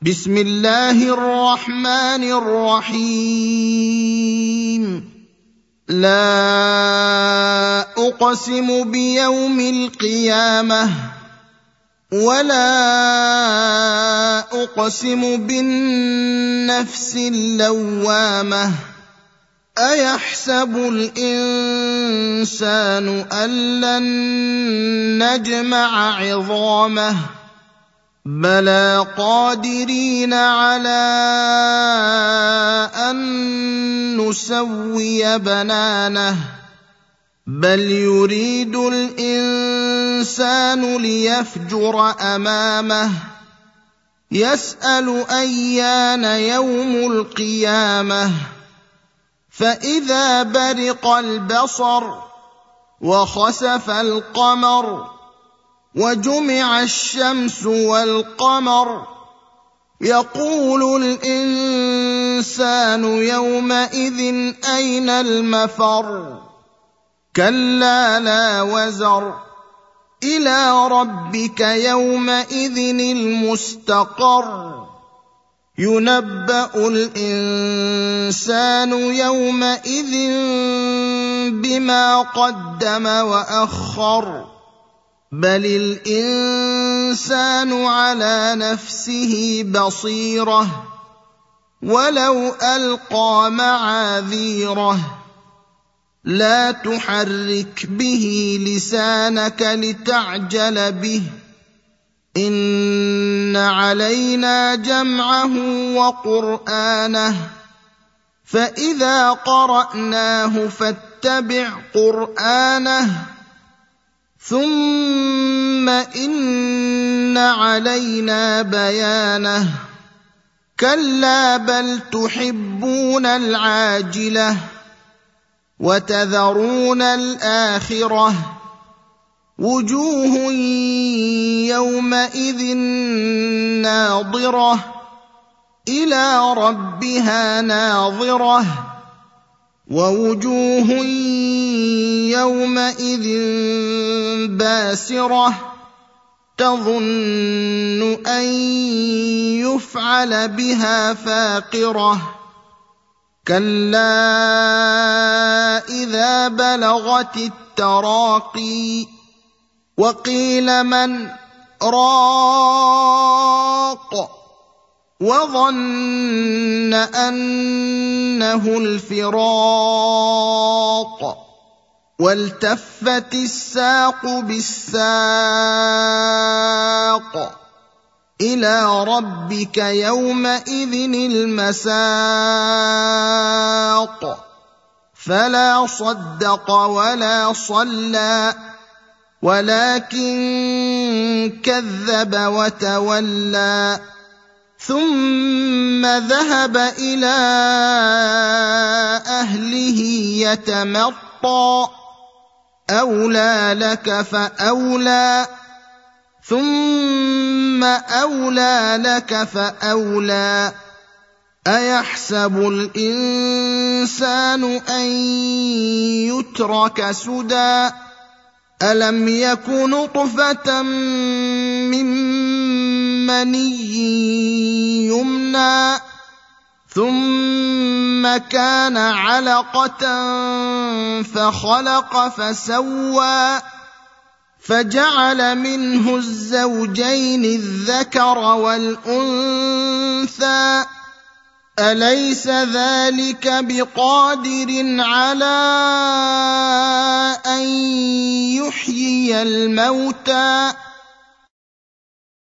بسم الله الرحمن الرحيم. لا أقسم بيوم القيامة ولا أقسم بالنفس اللوامة. أيحسب الإنسان أن لن نجمع عظامه بلى قادرين على أن نسوي بنانه بل يريد الإنسان ليفجر أمامه يسأل أيان يوم القيامة فإذا برق البصر وخسف القمر وجمع الشمس والقمر يقول الإنسان يومئذ أين المفر كلا لا وزر إلى ربك يومئذ المستقر ينبأ الإنسان يومئذ بما قدم وأخر بل الإنسان على نفسه بصيرة ولو ألقى معاذيره لا تحرك به لسانك لتعجل به إن علينا جمعه وقرآنه فإذا قرأناه فاتبع قرآنه ثم إن علينا بيانه كلا بل تحبون العاجلة وتذرون الآخرة وجوه يومئذ ناظرة إلى ربها ناظرة ووجوه يومئذ باسرة تظن أن يفعل بها فاقرة كلا إذا بلغت التراقي وقيل من راق وظن أنه الفراق والتفت الساق بالساق إلى ربك يومئذ المساق فلا صدق ولا صلى ولكن كذب وتولى ثم ذهب إلى أهله يتمطى أولى لك فأولى ثم أولى لك فأولى أيحسب الإنسان أن يترك سدى ألم يك نطفة من مني يمنى ثم كان علقة فخلق فسوى فجعل منه الزوجين الذكر والأنثى أليس ذلك بقادر على أن يحيي الموتى